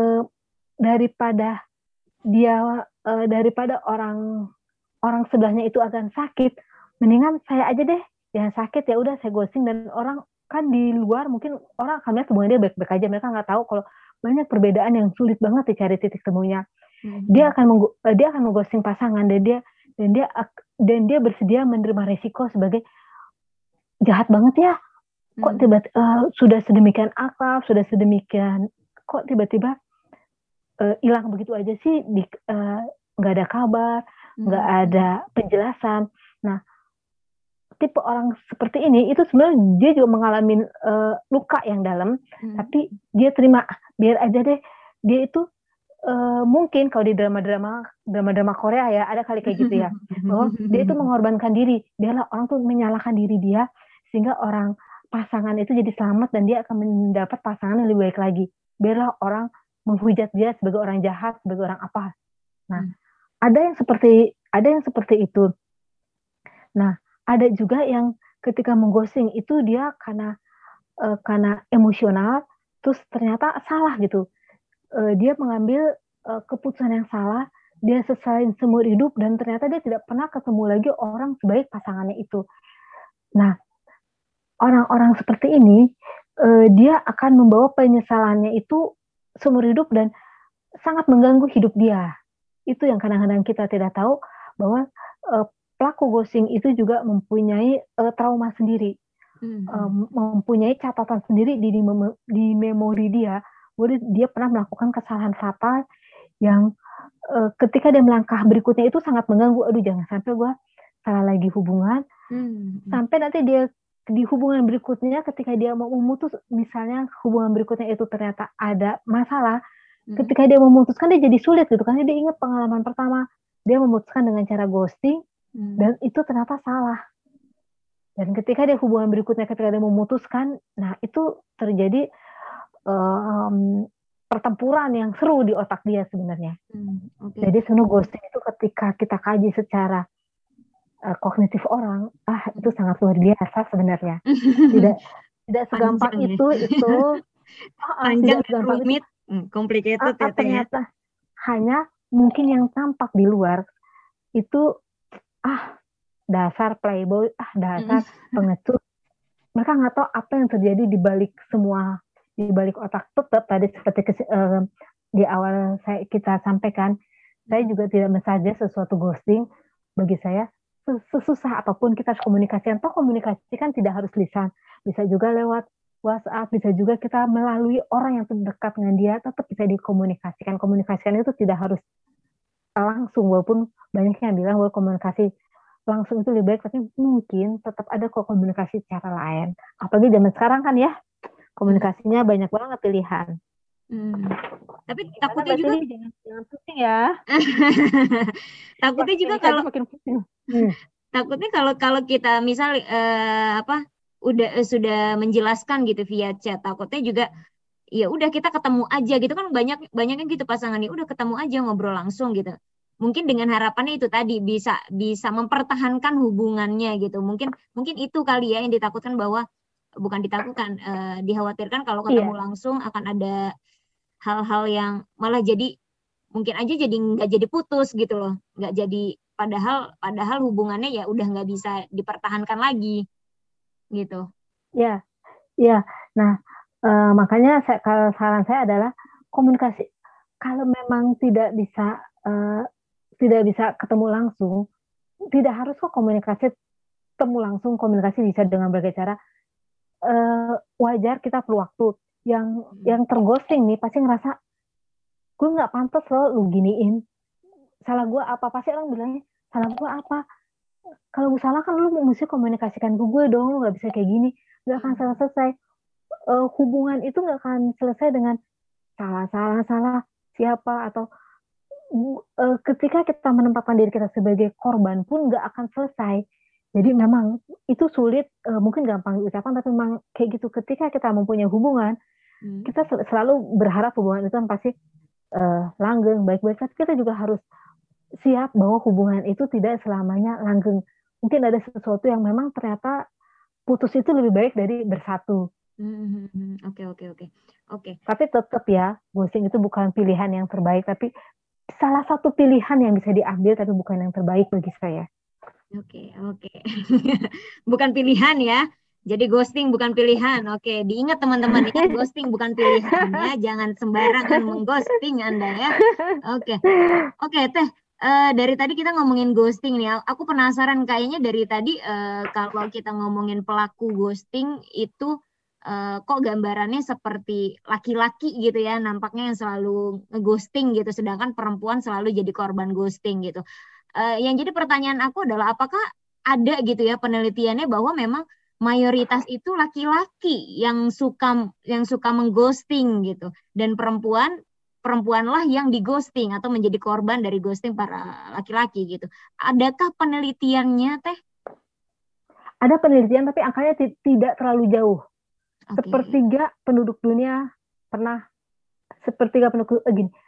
daripada dia e, daripada orang orang sebelahnya itu akan sakit, mendingan saya aja deh yang sakit, ya udah saya ghosting. Dan orang kan di luar mungkin orang akan melihat hubungan dia baik-baik aja, mereka nggak tahu kalau banyak perbedaan yang sulit banget dicari titik temunya. Mm-hmm. Dia akan menggo- dia akan mengghosting pasangan dan dia dan dia dan dia bersedia menerima resiko sebagai jahat banget ya. Kok tiba-tiba uh, sudah sedemikian akrab, sudah sedemikian, kok tiba-tiba hilang uh, begitu aja sih, nggak uh, ada kabar, nggak hmm. ada penjelasan. Nah, tipe orang seperti ini itu sebenarnya dia juga mengalami uh, luka yang dalam, hmm. tapi dia terima, biar aja deh. Dia itu uh, mungkin kalau di drama-drama drama-drama Korea ya ada kali kayak gitu ya, bahwa dia itu mengorbankan diri, biarlah orang tuh menyalahkan diri dia sehingga orang pasangan itu jadi selamat dan dia akan mendapat pasangan yang lebih baik lagi. Biarlah orang menghujat dia sebagai orang jahat, sebagai orang apa. Nah, hmm. ada yang seperti ada yang seperti itu. Nah, ada juga yang ketika mengghosting itu dia karena uh, karena emosional, terus ternyata salah gitu. Uh, dia mengambil uh, keputusan yang salah, dia sesalin seumur hidup dan ternyata dia tidak pernah ketemu lagi orang sebaik pasangannya itu. Nah, orang-orang seperti ini uh, dia akan membawa penyesalannya itu seumur hidup dan sangat mengganggu hidup dia. Itu yang kadang-kadang kita tidak tahu bahwa uh, pelaku ghosting itu juga mempunyai uh, trauma sendiri, hmm. um, mempunyai catatan sendiri di, di, mem- di memori dia, bahwa dia pernah melakukan kesalahan fatal yang uh, ketika dia melangkah berikutnya itu sangat mengganggu. Aduh, jangan sampai gue salah lagi hubungan, hmm. sampai nanti dia di hubungan berikutnya ketika dia mau memutus, misalnya hubungan berikutnya itu ternyata ada masalah, hmm. ketika dia memutuskan dia jadi sulit gitu kan, dia ingat pengalaman pertama, dia memutuskan dengan cara ghosting, Hmm. dan itu ternyata salah. Dan ketika dia hubungan berikutnya, ketika dia memutuskan, nah itu terjadi um, pertempuran yang seru di otak dia sebenarnya. Hmm, okay. Jadi sebenarnya ghosting itu ketika kita kaji secara uh, kognitif orang, ah itu sangat luar biasa sebenarnya. Tidak tidak segampang Panjang, itu ya? itu
panjang, rumit, itu, complicated
uh, uh, ternyata ya? Hanya mungkin yang tampak di luar itu ah dasar playboy, ah dasar pengecut. Mereka nggak tahu apa yang terjadi di balik semua, di balik otak. Tetap tadi seperti ke, uh, di awal saya kita sampaikan, saya juga tidak mensuggest sesuatu ghosting. Bagi saya sesusah apapun kita harus komunikasikan. Toh komunikasi kan tidak harus lisan, bisa juga lewat WhatsApp, bisa juga kita melalui orang yang terdekat dengan dia, tetap bisa dikomunikasikan. Komunikasikan itu tidak harus langsung, walaupun banyak yang bilang bahwa komunikasi langsung itu lebih baik, tapi mungkin tetap ada kok komunikasi cara lain. Apalagi zaman sekarang kan ya, komunikasinya hmm. banyak banget pilihan.
Hmm. Tapi takutnya juga
jangan, jangan pusing ya.
takutnya juga kalau hmm. takutnya kalau kalau kita misal uh, apa udah uh, sudah menjelaskan gitu via chat, takutnya juga ya udah kita ketemu aja gitu kan, banyak banyaknya gitu pasangannya udah ketemu aja ngobrol langsung gitu. Mungkin dengan harapannya itu tadi bisa bisa mempertahankan hubungannya gitu. Mungkin mungkin itu kali ya yang ditakutkan, bahwa bukan ditakutkan, eh, dikhawatirkan kalau ketemu yeah. langsung akan ada hal-hal yang malah jadi mungkin aja jadi nggak jadi putus gitu loh, nggak jadi padahal padahal hubungannya ya udah nggak bisa dipertahankan lagi gitu.
Ya, yeah. ya. Yeah. Nah. Uh, makanya saya, kalau saran saya adalah komunikasi. Kalau memang tidak bisa uh, tidak bisa ketemu langsung, tidak harus kok komunikasi ketemu langsung. Komunikasi bisa dengan berbagai cara. Uh, wajar kita perlu waktu. Yang hmm. yang terghosting nih pasti ngerasa gue nggak pantas loh lu giniin. Salah gue apa? Pasti orang bilangnya salah gue apa? Kalau gue salah kan lu mesti komunikasikan ke gue dong. Lu nggak bisa kayak gini. Nggak akan selesai. Uh, hubungan itu nggak akan selesai dengan salah-salah-salah siapa, atau uh, ketika kita menempatkan diri kita sebagai korban pun nggak akan selesai. Jadi memang itu sulit, uh, mungkin gampang diucapkan, tapi memang kayak gitu. Ketika kita mempunyai hubungan, hmm. kita sel- selalu berharap hubungan itu kan pasti uh, langgeng, baik-baik. Tapi kita juga harus siap bahwa hubungan itu tidak selamanya langgeng. Mungkin ada sesuatu yang memang ternyata putus itu lebih baik dari bersatu.
Oke oke oke oke.
Tapi tetap ya, ghosting itu bukan pilihan yang terbaik, tapi salah satu pilihan yang bisa diambil, tapi bukan yang terbaik bagi saya.
Oke oke. Bukan pilihan ya. Jadi ghosting bukan pilihan. Oke, diingat teman-teman ya, ghosting bukan pilihan ya. Jangan sembarangan mengghosting Anda ya. Oke oke Teh. Uh, dari tadi kita ngomongin ghosting nih. Aku penasaran, kayaknya dari tadi uh, kalau kita ngomongin pelaku ghosting itu Uh, kok gambarannya seperti laki-laki gitu ya, nampaknya yang selalu nge-ghosting gitu, sedangkan perempuan selalu jadi korban ghosting gitu. Uh, yang jadi pertanyaan aku adalah apakah ada gitu ya penelitiannya bahwa memang mayoritas itu laki-laki yang suka yang suka mengghosting gitu, dan perempuan perempuanlah yang dighosting atau menjadi korban dari ghosting para laki-laki gitu. Adakah penelitiannya, Teh?
Ada penelitian tapi angkanya ti- tidak terlalu jauh.
Oke.
Sepertiga penduduk dunia pernah sepertiga penduduk eh, gini.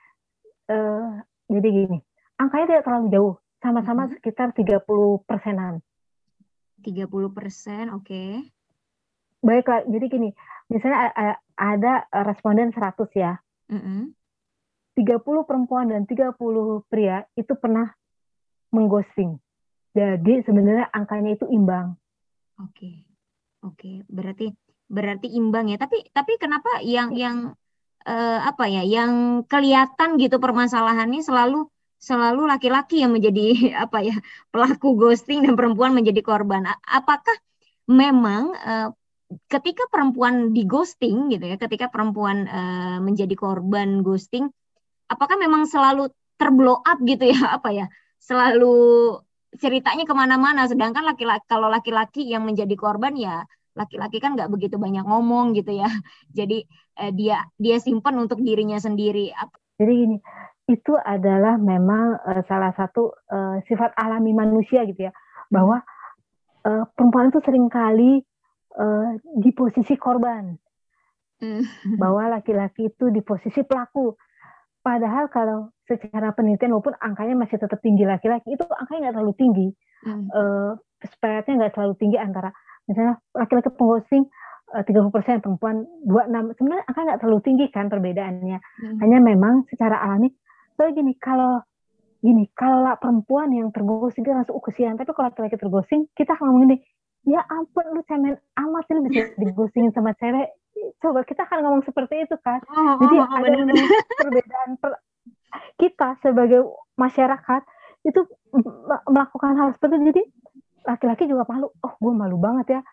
Eh, jadi gini, angkanya tidak terlalu jauh, sama-sama
Mhm.
sekitar tiga puluh persenan.
tiga puluh persen, oke.
Baiklah, jadi gini, misalnya a- a- ada eh, responden seratus ya,
Mm-mm.
tiga puluh perempuan dan tiga puluh pria itu pernah mengghosting. Jadi sebenarnya angkanya itu imbang.
Oke. Oke, berarti berarti imbang ya. Tapi tapi kenapa yang yang eh, apa ya, yang kelihatan gitu permasalahannya selalu selalu laki-laki yang menjadi apa ya, pelaku ghosting dan perempuan menjadi korban. A- Apakah memang eh, ketika perempuan di ghosting gitu ya, ketika perempuan eh, menjadi korban ghosting, apakah memang selalu terblow up gitu ya, apa ya, selalu ceritanya kemana-mana, sedangkan laki-laki, kalau laki-laki yang menjadi korban ya laki-laki kan nggak begitu banyak ngomong gitu ya, jadi eh, dia dia simpan untuk dirinya sendiri. Ap-
Jadi gini, itu adalah memang eh, salah satu eh, sifat alami manusia gitu ya, bahwa eh, perempuan itu seringkali eh, di posisi korban,
Hmm.
bahwa laki-laki itu di posisi pelaku. Padahal kalau secara penelitian walaupun angkanya masih tetap tinggi laki-laki, itu angkanya nggak terlalu tinggi.
Hmm.
Uh, spreadnya nggak terlalu tinggi antara misalnya laki-laki pengghosting uh, tiga puluh persen, perempuan dua puluh enam persen. Sebenarnya angka nggak terlalu tinggi kan perbedaannya.
Hmm.
Hanya memang secara alami. Soalnya gini, kalau gini, kalau perempuan yang terghosting dia langsung uh, kesian. Tapi kalau laki-laki terghosting, kita akan ngomong gini, ya ampun lu cemen amat sih lu bisa dighostingin sama cewek. Coba kita akan ngomong seperti itu kan.
Oh,
Jadi
oh, oh,
ada
benar-benar.
memang perbedaan per, kita sebagai masyarakat itu m- melakukan hal seperti itu. Jadi laki-laki juga malu. Oh, gue malu banget ya.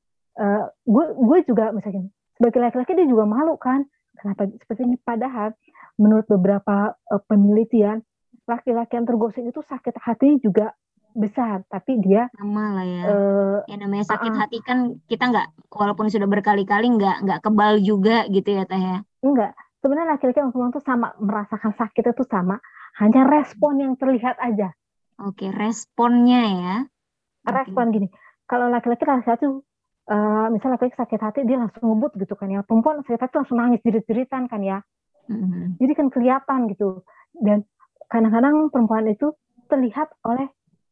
Uh, gue gue juga misalnya sebagai laki-laki dia juga malu kan. Kenapa seperti ini? Padahal menurut beberapa uh, penelitian laki-laki yang terghosting itu sakit hatinya juga besar. Tapi dia
Sama lah ya.
uh,
Ya namanya sakit
uh,
hati kan kita nggak, walaupun sudah berkali-kali nggak nggak kebal juga gitu ya, Teh ya.
enggak. Sebenarnya laki-laki dan perempuan itu sama, merasakan sakit itu sama. Hanya respon yang terlihat aja.
Oke, responnya ya. Oke.
Respon gini, kalau laki-laki laki-laki tuh uh, misalnya laki-laki sakit hati dia langsung ngebut gitu kan ya, perempuan sakit hati langsung nangis jerit-jeritan kan ya,
Mhm.
jadi kan kelihatan gitu. Dan kadang-kadang perempuan itu terlihat oleh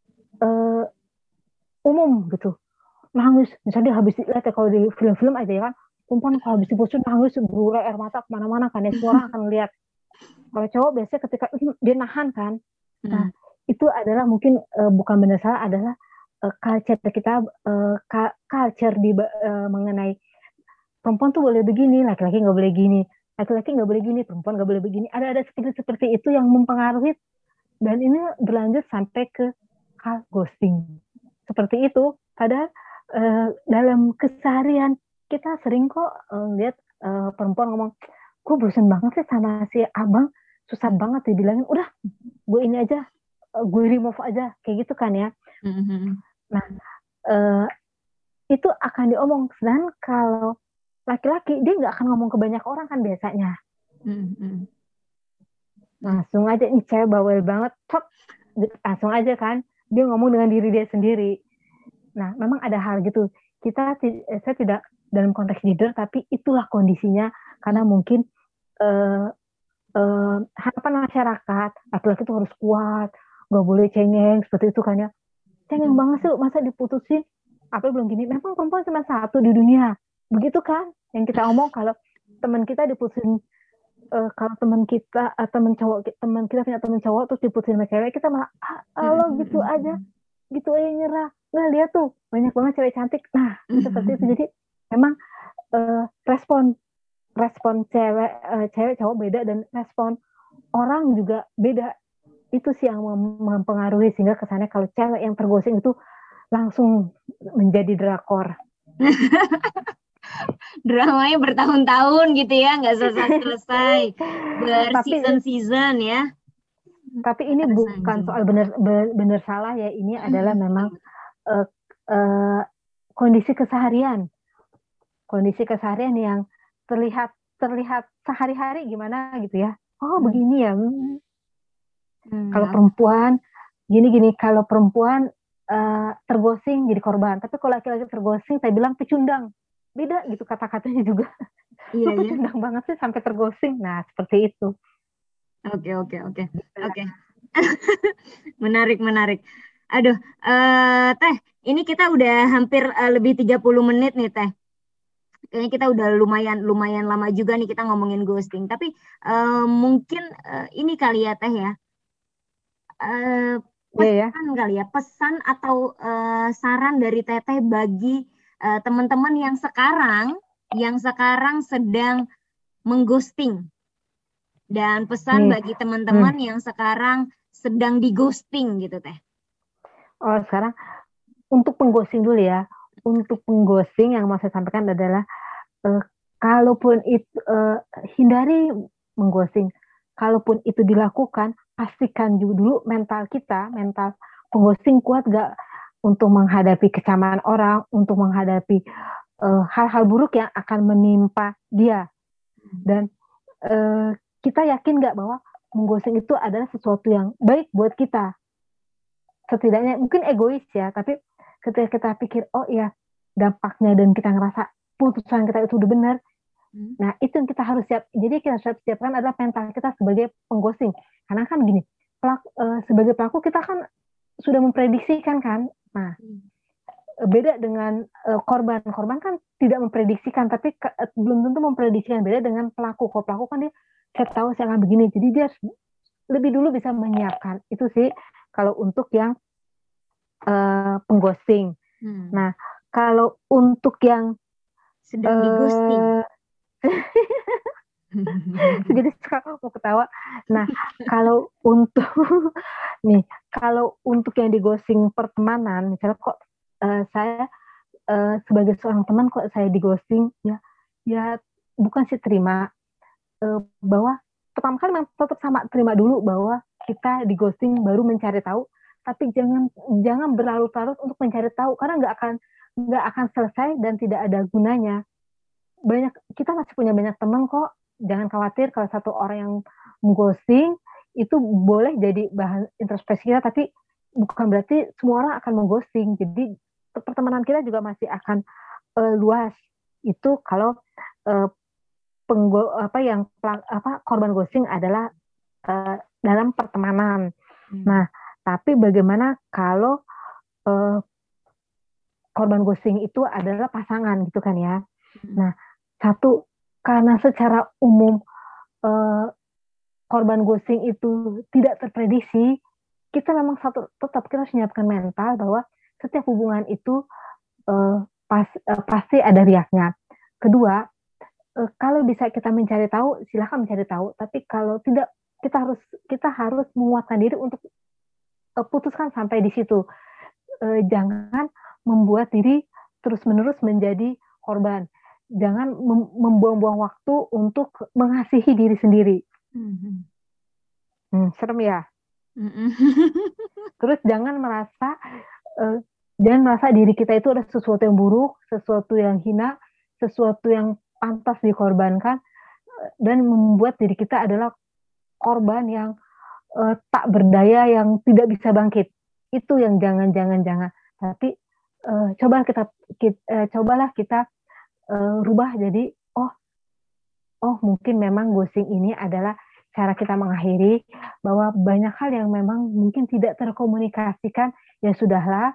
uh, umum gitu, nangis misalnya dia habis lihat ya, kalau di film-film aja ya kan, perempuan kalau habis diputus nangis berurai air mata kemana-mana kan ya, semua orang akan lihat. Kalau cowok biasanya ketika dia nahan kan. Nah,
Hmm.
itu adalah mungkin uh, bukan benar salah, adalah uh, culture kita, uh, culture di uh, mengenai perempuan tuh boleh begini, laki-laki nggak boleh gini, laki-laki nggak boleh gini, perempuan nggak boleh begini. Ada-ada seperti seperti itu yang mempengaruhi, dan ini berlanjut sampai ke hal ghosting. Seperti itu. Padahal uh, dalam keseharian kita sering kok uh, lihat uh, perempuan ngomong, gue bosan banget sih sama si abang, susah banget dibilangin, udah gue ini aja, gue remove aja, kayak gitu kan ya.
Mhm.
Nah, uh, itu akan diomong. Dan kalau laki-laki, dia nggak akan ngomong ke banyak orang kan biasanya.
Mhm.
Langsung aja, ini cewek bawel banget, cok, langsung aja kan, dia ngomong dengan diri dia sendiri. Nah, memang ada hal gitu. Kita, saya tidak dalam konteks leader, tapi itulah kondisinya, karena mungkin uh, uh, harapan masyarakat, laki-laki itu harus kuat, nggak boleh cengeng, seperti itu kan ya. Cengeng hmm. banget sih, masa diputusin, apa belum gini, memang perempuan cuma satu di dunia, begitu kan, yang kita omong. Kalau teman kita diputusin, uh, kalau teman kita, uh, teman cowok, teman kita punya teman cowok, terus diputusin sama cewek, kita malah, ah, lo gitu aja, gitu aja nyerah, nggak lihat tuh, banyak banget cewek cantik, nah, seperti itu. Jadi, memang uh, respon, respon cewek, uh, cewek cowok beda, dan respon orang juga beda. Itu sih yang mempengaruhi, sehingga kesannya kalau cewek yang terghosting itu langsung menjadi drakor.
Dramanya bertahun-tahun gitu ya, nggak selesai-selesai, berseason-season ya.
Tapi ini bukan soal benar benar salah ya, ini adalah memang uh, uh, kondisi keseharian, kondisi keseharian yang terlihat terlihat sehari-hari gimana gitu ya. Oh
Hmm.
begini ya. Hmm.
Hmm,
Kalau
oke.
perempuan gini-gini, kalau perempuan uh, tergosing jadi korban. Tapi kalau laki-laki tergosing, saya bilang pecundang. Beda gitu kata-katanya juga.
Iya
Lu
ya.
pecundang banget sih sampai tergosing. Nah seperti itu.
Oke oke oke oke. Menarik menarik. Aduh, eh Teh, ini kita udah hampir eh, lebih tiga puluh menit nih Teh. Kayaknya kita udah lumayan lumayan lama juga nih kita ngomongin ghosting. Tapi eh, mungkin eh, ini kali ya Teh ya. Eh,
Iya ya.
pesan kali ya, pesan atau eh, saran dari Teteh bagi eh, teman-teman yang sekarang yang sekarang sedang mengghosting dan pesan
Nih.
bagi
Hmm.
teman-teman yang sekarang sedang dighosting gitu Teh.
Oh sekarang untuk pengghosting dulu ya. Untuk pengghosting yang mau saya sampaikan adalah uh, kalaupun itu uh, hindari mengghosting. Kalaupun itu dilakukan, pastikan juga dulu mental kita, mental pengghosting kuat gak untuk menghadapi kecaman orang, untuk menghadapi uh, hal-hal buruk yang akan menimpa dia. Dan uh, kita yakin gak bahwa mengghosting itu adalah sesuatu yang baik buat kita. Setidaknya mungkin egois ya, tapi ketika kita pikir, oh iya dampaknya dan kita ngerasa putusan kita itu udah benar,
Hmm.
nah itu yang kita harus siap. Jadi kita harus siapkan adalah mental kita sebagai pengghosting. Karena kan gini, pelaku, uh, sebagai pelaku kita kan sudah memprediksikan kan. Nah,
Hmm.
beda dengan uh, korban. Korban kan tidak memprediksikan, tapi ke, uh, belum tentu memprediksikan. Beda dengan pelaku. Kalau pelaku kan dia saya tahu saya akan begini. Jadi dia lebih dulu bisa menyiapkan. Itu sih kalau untuk yang uh, pengghosting.
Hmm.
Nah, kalau untuk yang
sedang dighosting.
uh, jadi sekarang mau ketawa. Nah, kalau untuk nih, kalau untuk yang di ghosting pertemanan, misalnya kok uh, saya uh, sebagai seorang teman kok saya di ghosting, ya, ya bukan sih terima uh, bahwa pertama kali memang tetap sama terima dulu bahwa kita di ghosting baru mencari tahu, tapi jangan jangan berlarut-larut untuk mencari tahu karena nggak akan nggak akan selesai dan tidak ada gunanya. Banyak kita masih punya banyak teman kok. Jangan khawatir kalau satu orang yang mengghosting itu boleh jadi bahan introspeksi kita, tapi bukan berarti semua orang akan mengghosting. Jadi pertemanan kita juga masih akan uh, luas. Itu kalau uh, penggo apa yang apa korban ghosting adalah uh, dalam pertemanan. Hmm. Nah, tapi bagaimana kalau uh, korban ghosting itu adalah pasangan gitu kan ya? Hmm. Nah, satu karena secara umum eh, korban ghosting itu tidak terprediksi, kita memang satu tetap kita harus menyiapkan mental bahwa setiap hubungan itu eh, pas, eh, pasti ada riaknya. Kedua, eh, kalau bisa kita mencari tahu, silahkan mencari tahu. Tapi kalau tidak, kita harus kita harus menguatkan diri untuk eh, putuskan sampai di situ. Eh, jangan membuat diri terus-menerus menjadi korban. Jangan mem- membuang-buang waktu untuk mengasihi diri sendiri. Mm-hmm. Hmm, serem ya. Mm-hmm. Terus jangan merasa, uh, jangan merasa diri kita itu ada sesuatu yang buruk, sesuatu yang hina, sesuatu yang pantas dikorbankan, dan membuat diri kita adalah korban yang uh, tak berdaya, yang tidak bisa bangkit. Itu yang jangan-jangan-jangan. Tapi uh, coba kita, kita uh, cobalah kita Uh, rubah jadi oh oh mungkin memang ghosting ini adalah cara kita mengakhiri, bahwa banyak hal yang memang mungkin tidak terkomunikasikan, ya sudahlah,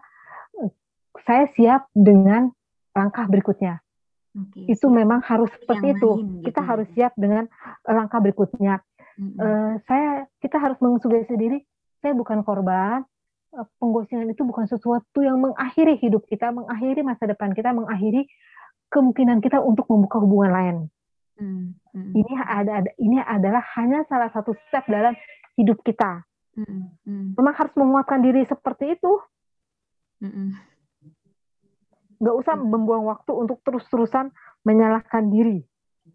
saya siap dengan langkah berikutnya. Oke, itu memang harus seperti itu. Lain, kita gitu harus ya. Siap dengan langkah berikutnya. Mm-hmm. uh, saya kita harus mensugesti diri, saya bukan korban. Pengghostingan itu bukan sesuatu yang mengakhiri hidup kita, mengakhiri masa depan kita, mengakhiri kemungkinan kita untuk membuka hubungan lain. Hmm, hmm. Ini ada, ada, ini adalah hanya salah satu step dalam hidup kita. Hmm, hmm. Memang harus menguatkan diri seperti itu. Hmm. Gak usah hmm. membuang waktu untuk terus-terusan menyalahkan diri.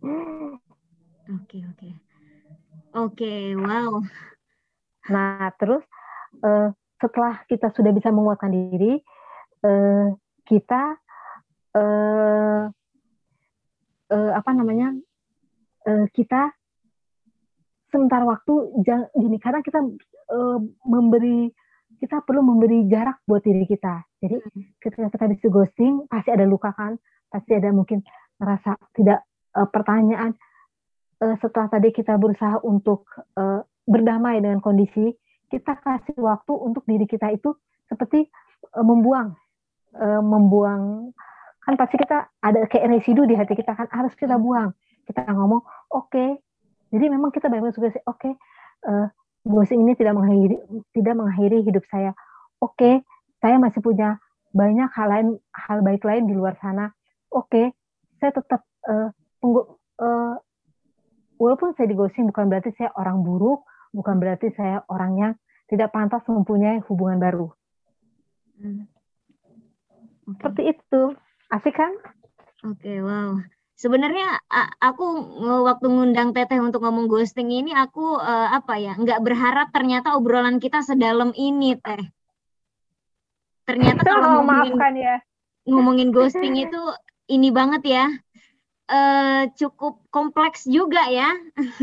Oke, oke. Oke, wow.
Nah, terus uh, setelah kita sudah bisa menguatkan diri, uh, kita uh, uh, apa namanya uh, kita sementara waktu jangan gini, karena kita uh, memberi kita perlu memberi jarak buat diri kita. Jadi ketika kita bisa ghosting, pasti ada luka kan, pasti ada mungkin ngerasa tidak uh, pertanyaan. Uh, setelah tadi kita berusaha untuk uh, berdamai dengan kondisi, kita kasih waktu untuk diri kita itu seperti uh, membuang, uh, membuang kan pasti kita ada kayak residu di hati kita kan, harus kita buang. Kita ngomong, oke, okay. Jadi memang kita baik-baik juga sih, oke. Okay, uh, ghosting ini tidak mengakhiri tidak mengakhiri hidup saya. Oke, okay, saya masih punya banyak hal lain, hal baik lain di luar sana. Oke, okay, saya tetap uh, penggu, uh, walaupun saya di ghosting bukan berarti saya orang buruk, bukan berarti saya orang yang tidak pantas mempunyai hubungan baru.
Hmm. Okay.
Seperti itu, asik kan?
Oke, okay, wow. Sebenarnya aku waktu ngundang Teteh untuk ngomong ghosting ini, aku uh, apa ya, nggak berharap ternyata obrolan kita sedalam ini, Teh. Ternyata kalau
oh,
ngomongin,
ya.
ngomongin ghosting itu ini banget ya, uh, cukup kompleks juga ya.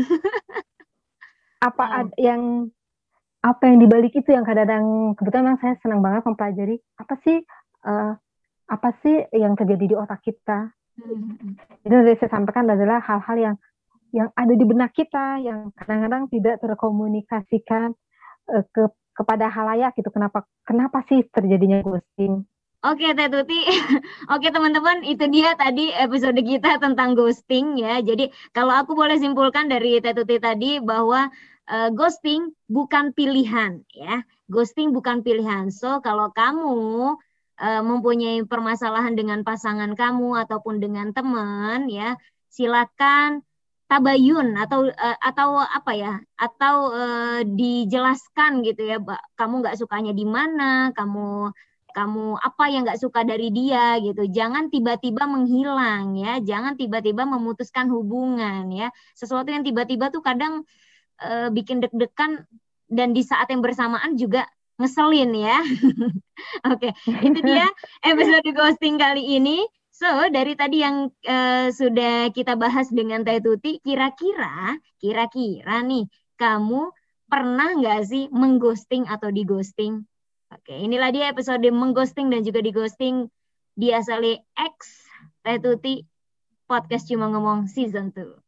Apa wow. ad, yang apa yang dibalik itu yang kadang-kadang kebetulan memang saya senang banget mempelajari apa sih uh, apa sih yang terjadi di otak kita. Jadi yang saya sampaikan adalah hal-hal yang yang ada di benak kita yang kadang-kadang tidak terkomunikasikan uh, ke kepada halayak gitu. Kenapa kenapa sih terjadinya ghosting?
Oke Teh Tuti, oke teman-teman, itu dia tadi episode kita tentang ghosting ya. Jadi kalau aku boleh simpulkan dari Teh Tuti tadi bahwa uh, ghosting bukan pilihan ya, ghosting bukan pilihan. So kalau kamu Uh, mempunyai permasalahan dengan pasangan kamu ataupun dengan teman ya, silakan tabayun atau uh, atau apa ya, atau uh, dijelaskan gitu ya, kamu nggak sukanya di mana, kamu kamu apa yang nggak suka dari dia gitu. Jangan tiba-tiba menghilang ya, jangan tiba-tiba memutuskan hubungan ya. Sesuatu yang tiba-tiba tuh kadang uh, bikin deg-degan dan di saat yang bersamaan juga ngeselin ya. Oke, okay. Itu dia episode ghosting kali ini. So, dari tadi yang uh, sudah kita bahas dengan Teh Tuti, kira-kira, kira-kira nih, kamu pernah nggak sih mengghosting atau dighosting? Oke, okay. Inilah dia episode mengghosting dan juga dighosting di Asali X Teh Tuti Podcast Cuma Ngomong Season two.